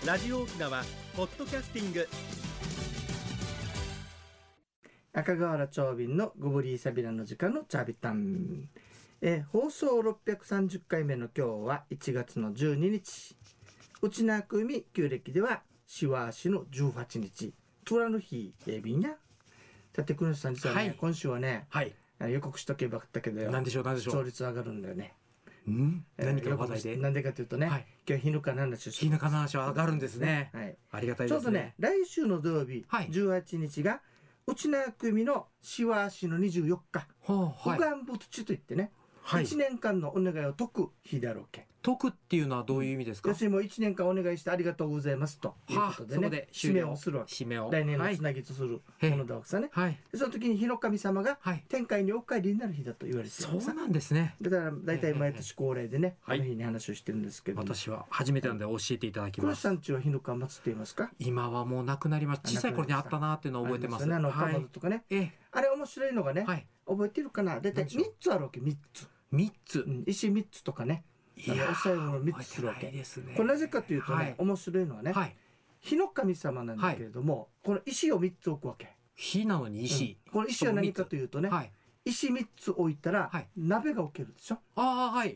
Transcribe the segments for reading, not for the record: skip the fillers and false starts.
ラジオ沖縄ポッドキャスティング。 赤瓦長瓶のゴブリーサビラの時間のチャービタン、放送630回目の今日は1月の12日、内縄組旧暦ではしわしの18日トラの日便や。さて国吉さん実はね、 はい今週はね、 はい。 予告しとけばよかったけどよ、 なんでしょう。 視聴率上がるんだよね。 何かの話題で。 なんでかというとね、 はい。 今日日ぬかの話を日中の話は上がるんですね。 はい、 ありがたいちょうどねですね。 来週の土曜日、 はい 18日が内縄組のしわしの24日、 はい。 うがんぶ土といってね、 はい。 1年間のお願いを解く日だろうけ。 解くっていうのはどういう意味ですか。 要するにもう1年間お願いしてありがとうございますということでね、 そこで締めをするわけ。 締めを。 来年のはいつなぎとするはいものだわけさね。 はい。 でその時に日の神様がはい。 天界にお帰りになる日だと言われてるわけさ。 そうなんですね。 だから大体毎年恒例でね、 はいこの日に話をしてるんですけども、 私は初めてなんで教えていただきます黒さ。んちは日の神祀っていますか？ 今はもうなくなりました。小さい頃にあったなっていうのを覚えてます。 ありよね、かはい。 まどとかね、 え、 あれ面白いのがね、 はい。 覚えてるかな。大体何でしょう 3つあるわけ。3つ、 三つ。 石3つとかね、 いやお最後の三つ覚するわけえてないですね。 これなぜかというとね、 はい面白いのはね、 はい。 火の神様なんだけれども、この石を3つ置くわけ。 火なのに石。 この石は何かというとね、 はい。 石3つ置いたら、 はい鍋が置けるでしょ。 ああ、はい。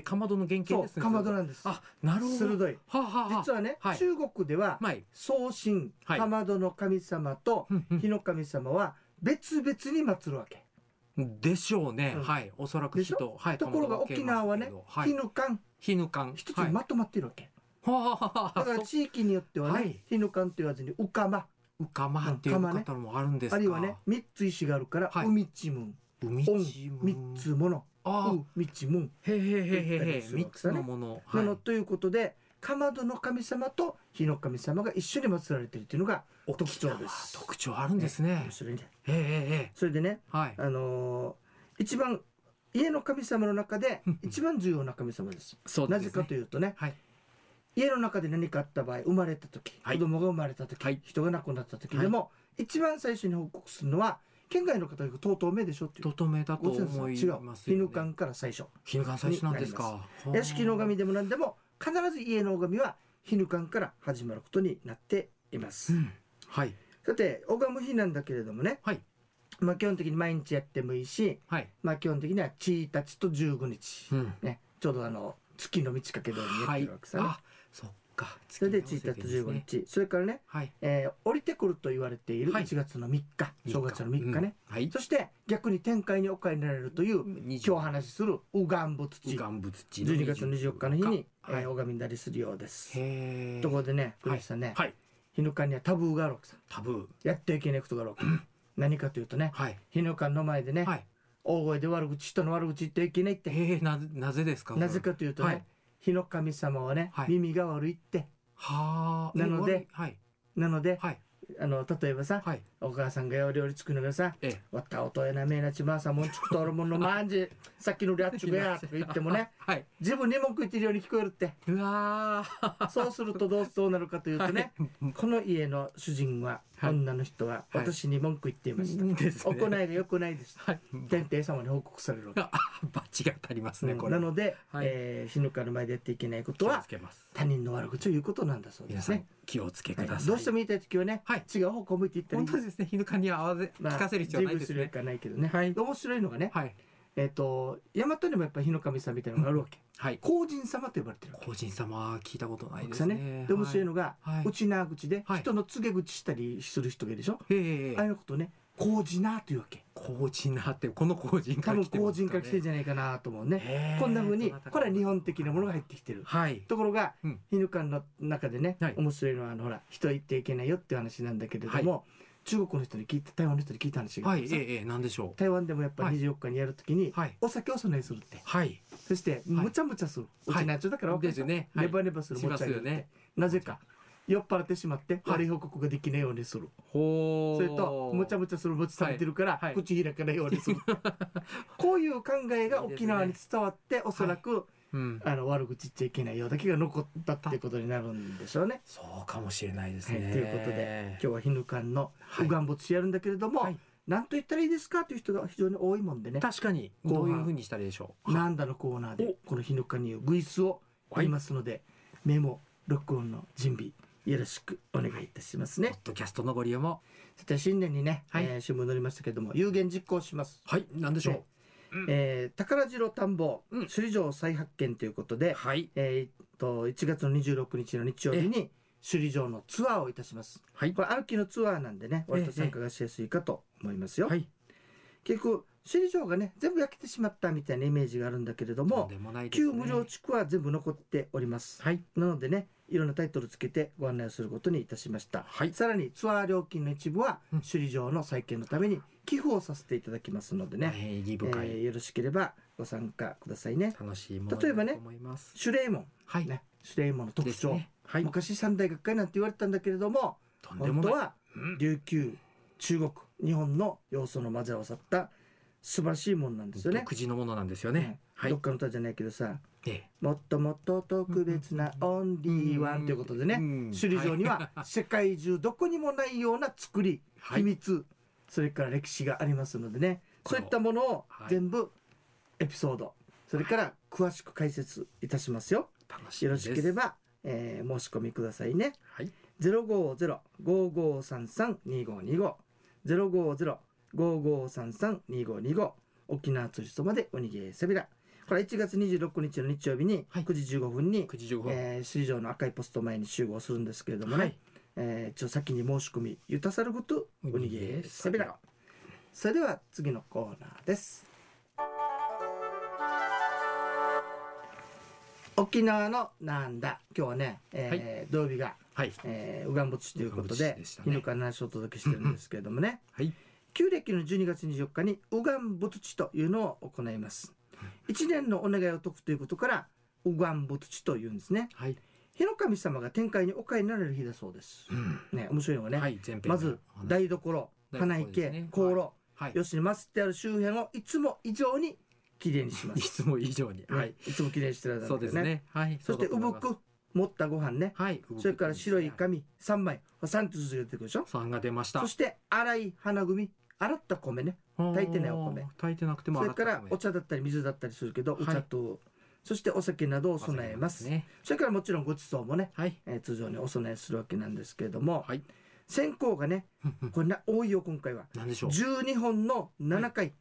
かまどの原型ですね。 そう、かまどなんです。 あ、なるほど。 鋭い。 はあはあはあ。 実はね、 はい中国でははい。 宗神、 はいかまどの神様とうんうん火の神様は別々に祀るわけ。 でしょうね。 うんはい。おそらくでしょ火と、はい。 ところが沖縄はね、 はい火。の神火の缶。 一つにまとまっているわけ。 はあはあはあ。 だから地域によってはね、 はい火の神と言わずにうかま、 うかまっていう方もあるんですか。 あるいはね、3つ石があるから、 はい海ちむん、 海オン、 チム 3つもの、 ああ。 みちむん。 へへへへへ。 三三つのもの。 なのということで、かまどの神様と火の神様が一緒に祀られているというのが特徴です。 特徴あるんですね面。白いね。 へえへえ。 それでね、 はい。 一番家の神様の中でうん一番重要な神様です。 そうですね。 なぜかというとね、 はい。 家の中で何かあった場合、生まれた時、 はい子供が生まれた時、 はい人が亡くなった時でも、一番最初に報告するのは県外の方がとうとうめでしょっていう。 ととめだとご先祖思い違う。 ますよね。 火の神から最初。 火の缶最初なんですか。 屋敷の神でも何でも必ず家の拝みは火の神から始まることになっています。 うん。はい。 さて拝む日なんだけれどもね、 はい。 まあ基本的に毎日やってもいいし、 はい。 まあ基本的には1日と15日、 うん。 ね、ちょうど月の満ち欠け通りにやってるわけさね。 あ、そっか。 それで1日と15日、それからね、 はい。 降りてくると言われているはい 1月の3日、正月の3日ね、 うん。はい。 そして逆に天界にお帰りになられるという今日お話しするうがんぶ土、 願物地 12月の24日の日に、 はい。 拝みんだりするようです。 へえ。 ところでね、 はい栗木さんね、 はい。 日の神にはタブーがあるわけさ。 タブー。 やってはいけないことがあるわけ。何かというとね、 はい。 日の神の前でね、 はい。 大声で人の悪口言ってはいけないって。 なぜですか。 なぜかというとね、 はい日の神様はね、 はい耳が悪いって。 はあ。 なのではい。 なので、 はい。 例えばさ、 はい。 お母さんが料理作るのがさ、 ええ。 わったおとやなめなちまさもんちくとおるもんのまんじ、さっきのリャッチュがやとか言ってもね、 はい。 自分に文句言ってるように聞こえるって。 うわー。 そうするとどうなるかというとね、 はい。 この家の主人は、 はい女の人ははい私に文句言っていました。 ですね。 行いが良くないです。 はい。 天帝様に報告されるわけ。 あ、バッチが足りますね、これ。 なので、 はい日の神の前でやっていけないこと気をはつけます。 他人の悪口を言うことなんだそうで皆さんすね。 気をつけください。 どうしても言いたい時はね、 はい。 違う方向向いていったらいい本当ですね。日の神に合わせまあ聞かせる必要はないですね自由する。かないけどね。 はい面白いのがね、 はい。 大和にもやっぱり日の神様みたいなのがあるわけ。 はい。 皇人様と呼ばれてるわけ。 個人様は聞いたことないでさすね。 で面白いのが、 はい。 内縄口ではい人の告げ口したりする人がいるでしょ。 へえああいうことね、皇人なというわけ。 個人なってこの個人多分から来てます皇人から来てるんじゃないかなと思うね。 へーこんな風にどなたかこれは日本的なものが入ってきてる。 はい。 ところが、 うんヒヌカンの中でね、 はい面白いのはほら人は言っていけないよっていう話なんだけれども、中国の人に聞いた台湾の人に聞いた話があはい。 ってさ、 なんでしょ台湾でもやっぱり24日にやるときに、 う。はい。 お酒を備えするって、 はい。 そしてむちゃむちゃする、うちなんちゅうだから分かるですよね。はいネバネバするします持ち上げるって、 よね。 なぜか酔っ払ってしまってはい悪い報告ができないようにする、 ほー。 それとむちゃむちゃする持ちされてるから、 はいはい口開かないようにするこういう考えが沖縄に伝わっておそらく、 うん。 悪口言っちゃいけないようだけが残ったってことになるんでしょうね。 そうかもしれないですはい、 ね。 ということで今日はヒヌカンのはいうがんぼつやるんだけれども、 はい何と言ったらいいですかという人が非常に多いもんでね、 確かに後半どういうふうにしたらいいでしょう。 なんだのコーナーでこのヒヌカンにグイスを言いますので、メモ録音の準備よろしくお願いいたしますね。 ポッドキャストのご利用も。 さて新年にね、 はい新聞載りましたけども有言実行します。 はい何でしょう、 宝城田んぼ、 うん首里城再発見ということで、 はい 1月の26日の日曜日に首里城のツアーをいたします。 はいこれ歩きのツアーなんでね割と参加がしやすいかと思いますよ。 はい結局首里城がね全部焼けてしまったみたいなイメージがあるんだけれども、 でもないですね旧無料地区は全部残っております。 はいなのでねいろんなタイトルつけてご案内をすることにいたしました。 はいさらにツアー料金の一部はうん首里城の再建のために寄付をさせていただきますのでね、 意義深い、 よろしければご参加くださいね。 楽しいもの例えばねだと思います。 守礼門、 はい、 ね、守礼門の特です徴、 ねはい昔三大学会なんて言われたんだけれどもとんでもない本当はうん琉球中国日本の要素の混ぜ合わさった素晴らしいものなんですよね。 独自のものなんですよね。はいどっかの歌じゃないけどさでもっともっと特別なオンリーワンということでね、首里城には世界中どこにもないような作り、 はい秘密それから歴史がありますのでねそういったものをはい全部エピソードそれから詳しく解説いたしますよ。よろ楽しみです。 しければ、申し込みくださいね。 はい 050-5533-2525 050-5533-2525沖縄ツイストまでおにげせびら。これ1月26日の日曜日にはい 9時15分に、 9時15分、 首里城の赤いポスト前に集合するんですけれどもね、 はい一応先に申し込みゆたさることおにげせびら。それでは次のコーナーです。沖縄のなんだ今日はね、土曜日が、 はいうがんぼつちということうがんぼでつちでしたね日ぬかなしをお届けしてるんですけれどもねはい旧暦の12月24日にうがんぼつちというのを行います。1年のお願いを解くということからうがんぼつちというんですね。 はい、 日の神様が天界にお帰りになられる日だそうです。ね、面白いのはね、 はい前編まず台所、花台所です池、 ね香炉、 はい要するに祀ってある周辺をいつも以上にきれいにしまいす。 つも以上に、ははいい、いつもきれいにしてるんだそうですね。はいそしてうぶく持ったご飯ね、 はいそれから白い紙3枚、3つずつ出てくるでしょ。 3が出ました。 そして粗い花組、洗った米ね、炊いてないお米、 炊いてなくてもそれか洗った米らお茶だったり水だったりするけど、 はいお茶とそしてお酒などを備えます。 ね。 それからもちろんごちそうもね、 はい通常にお供えするわけなんですけれども、 はい線香がねこれ多いよ今回はなんでしょう。 12本の7回、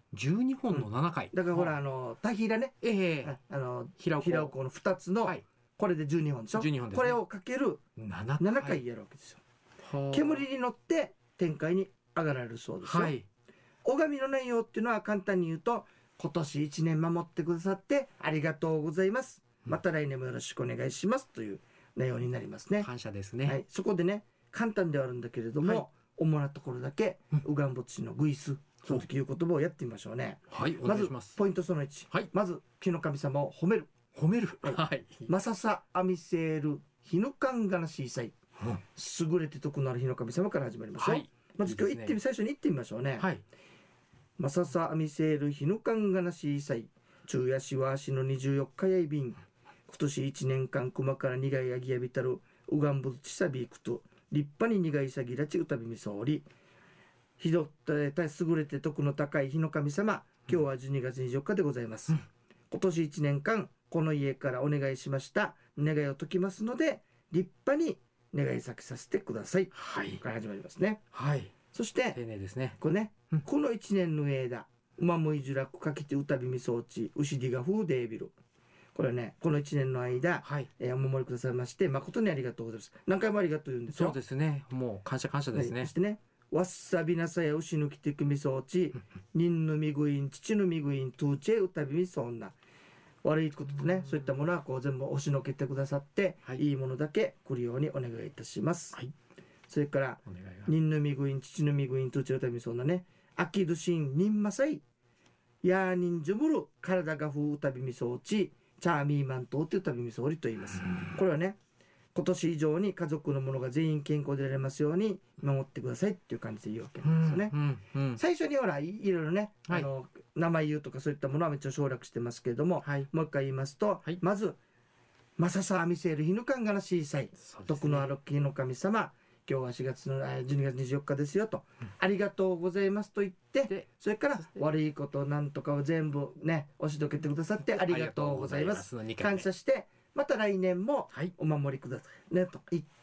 12本の7回。 だからほらタヒラね、 ええ平平尾港の2つの、 はいこれで12本でしょ。 12本ですねこれをかける 7 7回やるわけですよ。 はあ煙に乗って天界に上がられるそうですよ。 はい拝みの内容っていうのは簡単に言うと今年1年守ってくださってありがとうございます、また来年もよろしくお願いしますという内容になりますね。 感謝ですね。 はい、そこでね簡単ではあるんだけれども、 はい主なところだけうんうがんぼっちのグイスその時いう言葉をやってみましょうね。 はいおまず願いします。 ポイントその1、 はいまず木の神様を褒める。 褒める。 はいはい。 マササアミセールヒヌカンガナシーサイ、 うん優れて徳のある日の神様から始まりますよ。 はいまず今日いいですね最初に行ってみましょうね。 はいマササアミセールヒヌカンガナシーサイ昼夜しわしの24日やいびん今年1年間熊から苦いあぎやびたるうがんぶちさびいくと立派に苦いさぎらちうたびみそうりひどった優れて徳の高い日の神様今日は12月24日でございます、 うん今年1年間この家からお願いしました願いを解きますので立派に願い先させてください、 はいここから始まりますね。 はいそして丁寧ですね。 これね、 うんこの1年の間馬もいじらくかけてうたびみそうち牛ディガフーデービルこれはねこの1年の間、 はいお守りくださいまして誠にありがとうございます。何回もありがとう言うんですよ。 そうですね。もう感謝ですはい、 ねそし。てねわっさびなさや牛抜きてくみそうちにんのみぐいん父のみぐいんトゥーチェうたびみそんな悪いこととねそういったものはこう全部押しのけてくださって、 はいいいものだけ来るようにお願いいたします、 はいそれからお願いが。 ニンのみぐいん父のみぐいんトゥーチェうたびみそんなねあきどしんにんまさいやーにんじゅむる体がふうたびみそうちチャーミーマントーってうたびみそうりと言います。これはね今年以上に家族の者が全員健康でいられますように守ってくださいっていう感じで言うわけなんですよね、 うんうん最初にほらいろいろね、 はい名前言うとかそういったものはめっちゃ省略してますけれども、 はいもう一回言いますと、 はいまずマササアミセールヒヌカンガナシーサイそうですね徳のある日の神様今日は4月の12月24日ですよと、ありがとうございますと言ってでそれからそして悪いことなんとかを全部ね押しどけてくださってありがとうございますの二回感目謝してまた来年もはいお守りくださいねと言って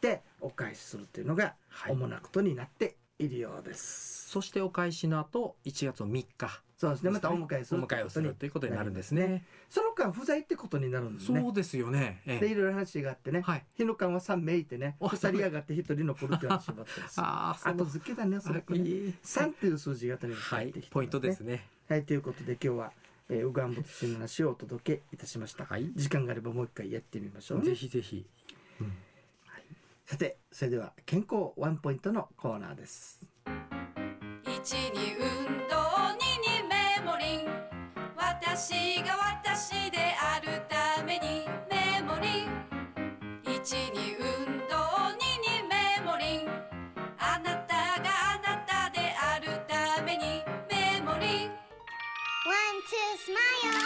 お返しするというのがはい主なことになっているようです。 そしてお返しの後1月の3日そうですね、またお迎えするお迎えをするということになるんですね。 その間不在ってことになるんですね。 そうですよね。 でいろいろ話があってね、 はい。 日の間は3名いてね、 お 2人上がって1人残るっていう話になってますああ、 後付けだね、それこれ3っていう数字がとにかくはい入ってきてますね。 ポイントですね。 はいということで今日はウガンボツの話をお届けいたしました、 はい。 時間があればもう一回やってみましょうね。 ぜひぜひ。 さてそれでは健康ワンポイントのコーナーです。 1に運動2にメモリン私が私であるためにメモリン1に運動2にメモリンあなたがあなたであるためにメモリン One, two, smile.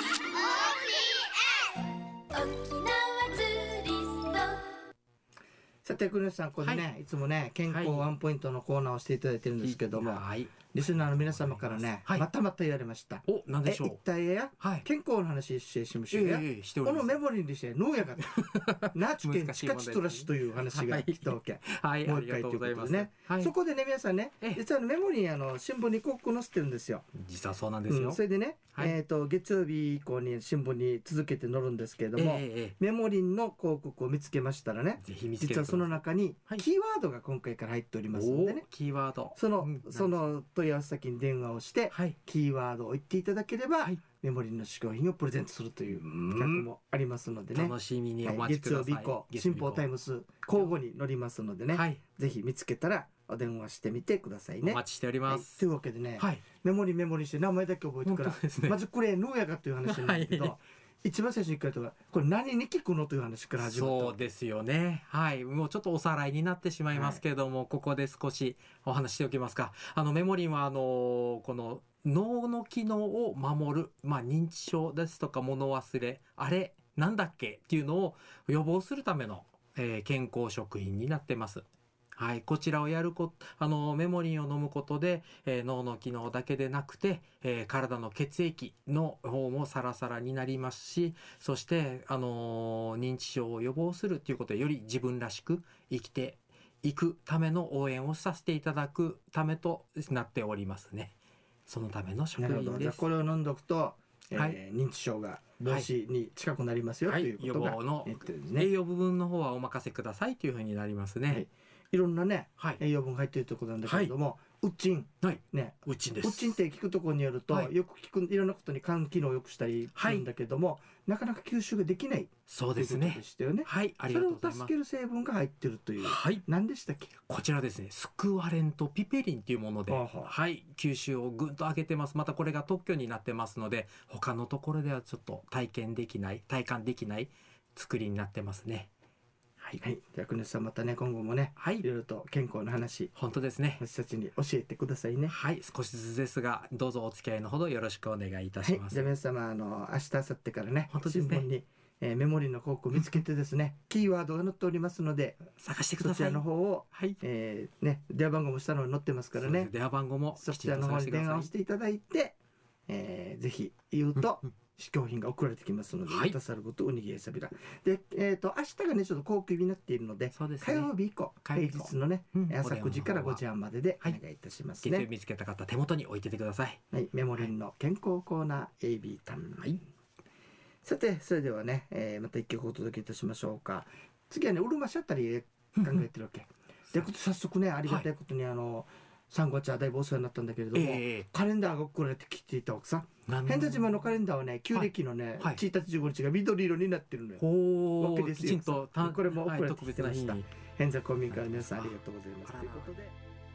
OPS. 沖縄ツーリスト。 さて国吉さんこれね、 はいつもね健康ワンポイントのコーナーをしていただいてるんですけども、 はい。 リスナーの皆様からね、 はいまたまた言われました。 お、なんでしょ一う。 体やはい。 健康の話しましょうや、 しております。 このメモリーにして脳やがナチュケンチカチトラシという話が来たわけ、 はい。 もう一回ありがとうございます。 ということはい。 そこでね皆さんねええ実はメモリー新聞に広告載せてるんですよ。 実はそうなんですよ。 それでね、 はい月曜日以降に新聞に続けて載るんですけれども、メモリンの広告を見つけましたらね、 ぜひ見つけて実はその中にはいキーワードが今回から入っておりますのでね、 キーワード。 そのうん問い合わせ先に電話をしてはい。 キーワードを言っていただければ、 はいメモリンの試供品をプレゼントするという企画もありますのでね、 楽しみにおはい、 待ちください。 月曜日以降新報タイムス交互に載りますのでね、 はい。 ぜひ見つけたらお電話してみてくださいね。 お待ちしておりはい、 ます。 というわけでね、 はい。 メモリして名前だけ覚えてから、 本当ですねまずこれヌーヤガという話なんだけど、 はい一番最初に聞いたのはこれ何に聞くのという話から始まった。 そうですよね。はい。もうちょっとおさらいになってしまいますけれども、ここで少しお話しておきますか。メモリンはこの脳の機能を守る、認知症ですとか物忘れ、あれなんだっけっていうのを予防するための、健康食品になってます。はい、こちらをやるメモリンを飲むことで、脳の機能だけでなくて、体の血液の方もサラサラになりますし、そして、認知症を予防するということでより自分らしく生きていくための応援をさせていただくためとなっておりますね。そのための食なるほど。 品です。 じゃあこれを飲んどくと、 はい認知症が防止に近くなりますよ、 はいということが予防の言ってるんですね。 栄養部分の方はお任せくださいというふうになりますね。 はいいろんなねはい。 栄養分が入っているということなんだけれども、ウッチンはい。 ね、 うちです。 ウッチンって聞くところによると、 はいよく聞くいろんなことに肝機能を良くしたりするんだけども、なかなか吸収ができないそうですねということで。したよね。 はい。ありそれをがとうございます助け。る成分が入ってるという、 はい。 何でしたっけ？ こちらですね、スクワレンとピペリンというもので、 はあはあはい、吸収をぐんと上げてます。またこれが特許になってますので、他のところではちょっと体感できない作りになってますね。はい。 はい、じゃあ国吉さんまたね今後もねはいいろいろと健康の話本当ですね。 私たちに教えてくださいね。 はい、少しずつですが、どうぞお付き合いのほどよろしくお願いいたはい、 します。 じゃあ皆様明日明後日からね本当ですね新聞に、メモリーの広告を見つけてですねキーワードが載っておりますので探してください。 そちらの方を、 はい。 ね、電話番号も下の方に載ってますからねそうです電話番号もそきちんとちらの方に探してください電話をし。ていただいて、ぜひ言うとうん試供品が送られてきますので、 はい渡さることおにぎりさびらで、明日がねちょっと高級日になっているのでそうです火ね。 曜日以降火曜日以降平日のね、 うん朝9時から5時半まででおはい願いいたします月曜ね。 見つけた方、手元に置いててください。 はい、メモリンの健康コーナー AB タイム、 はい。 さてそれではね、また一曲お届けいたしましょうか。次はねうるま市あたり考えてるわけで早速ねありがたいことにサンゴちゃんだいぶお世話になったんだけれども、カレンダーが送られてきていたわけさ。偏差島のカレンダーはね旧暦のね、 はい 1日15日が緑色になってるのよ。 ほーわけですよきちんとこれも送られて特きてました別な日に。 偏差公民から皆さんありがとうございます。 あらということで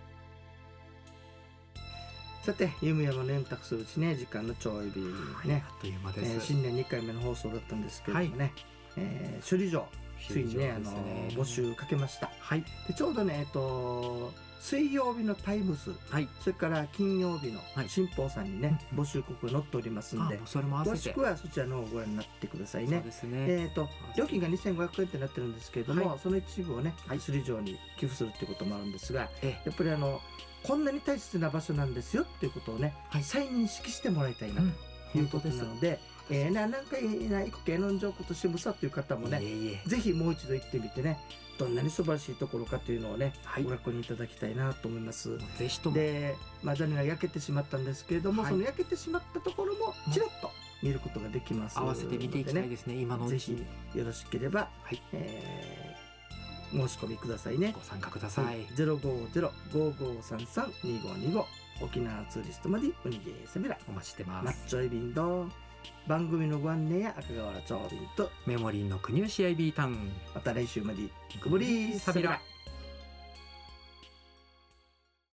さてゆむやまの円卓するうちね時間のちょい日ね、 あっという間です。 新年2回目の放送だったんですけれどもね、首里城ついにね募集かけました。 はいでちょうどね水曜日のタイムスはい。 それから金曜日のはい新報さんにね、募集告が載っておりますんで、 もうそれも合わせて。 詳しくはそちらの方をご覧になってくださいそうね。 ですね。 料金が2500円ってなってるんですけれども、 はいその一部をねはい首里城に寄付するっていうこともあるんですが、 えやっぱりこんなに大切な場所なんですよっていうことをね、 はい再認識してもらいたいなうんということなので、 なんかいいな、行くけのんじょうこと渋さという方もね、 いえいえ、 ぜひもう一度行ってみてね、どんなに素晴らしいところかというのをね、 はいご確認いただきたいなと思います。 ぜひともで、残念ながら焼けてしまったんですけれども、 はいその焼けてしまったところもちらっと見ることができます合わせて見ていきたいですね、今のぜひうちによろしければ、 はい申し込みくださいね。 ご参加ください。 050-5533-2525 沖縄ツーリストまでウニゲーセベラお待ちしてまマッす。 チョイビンと番組のご案内や赤瓦長瓶とメモリーの国吉 IB タウン、 また来週までくぶりサビラ。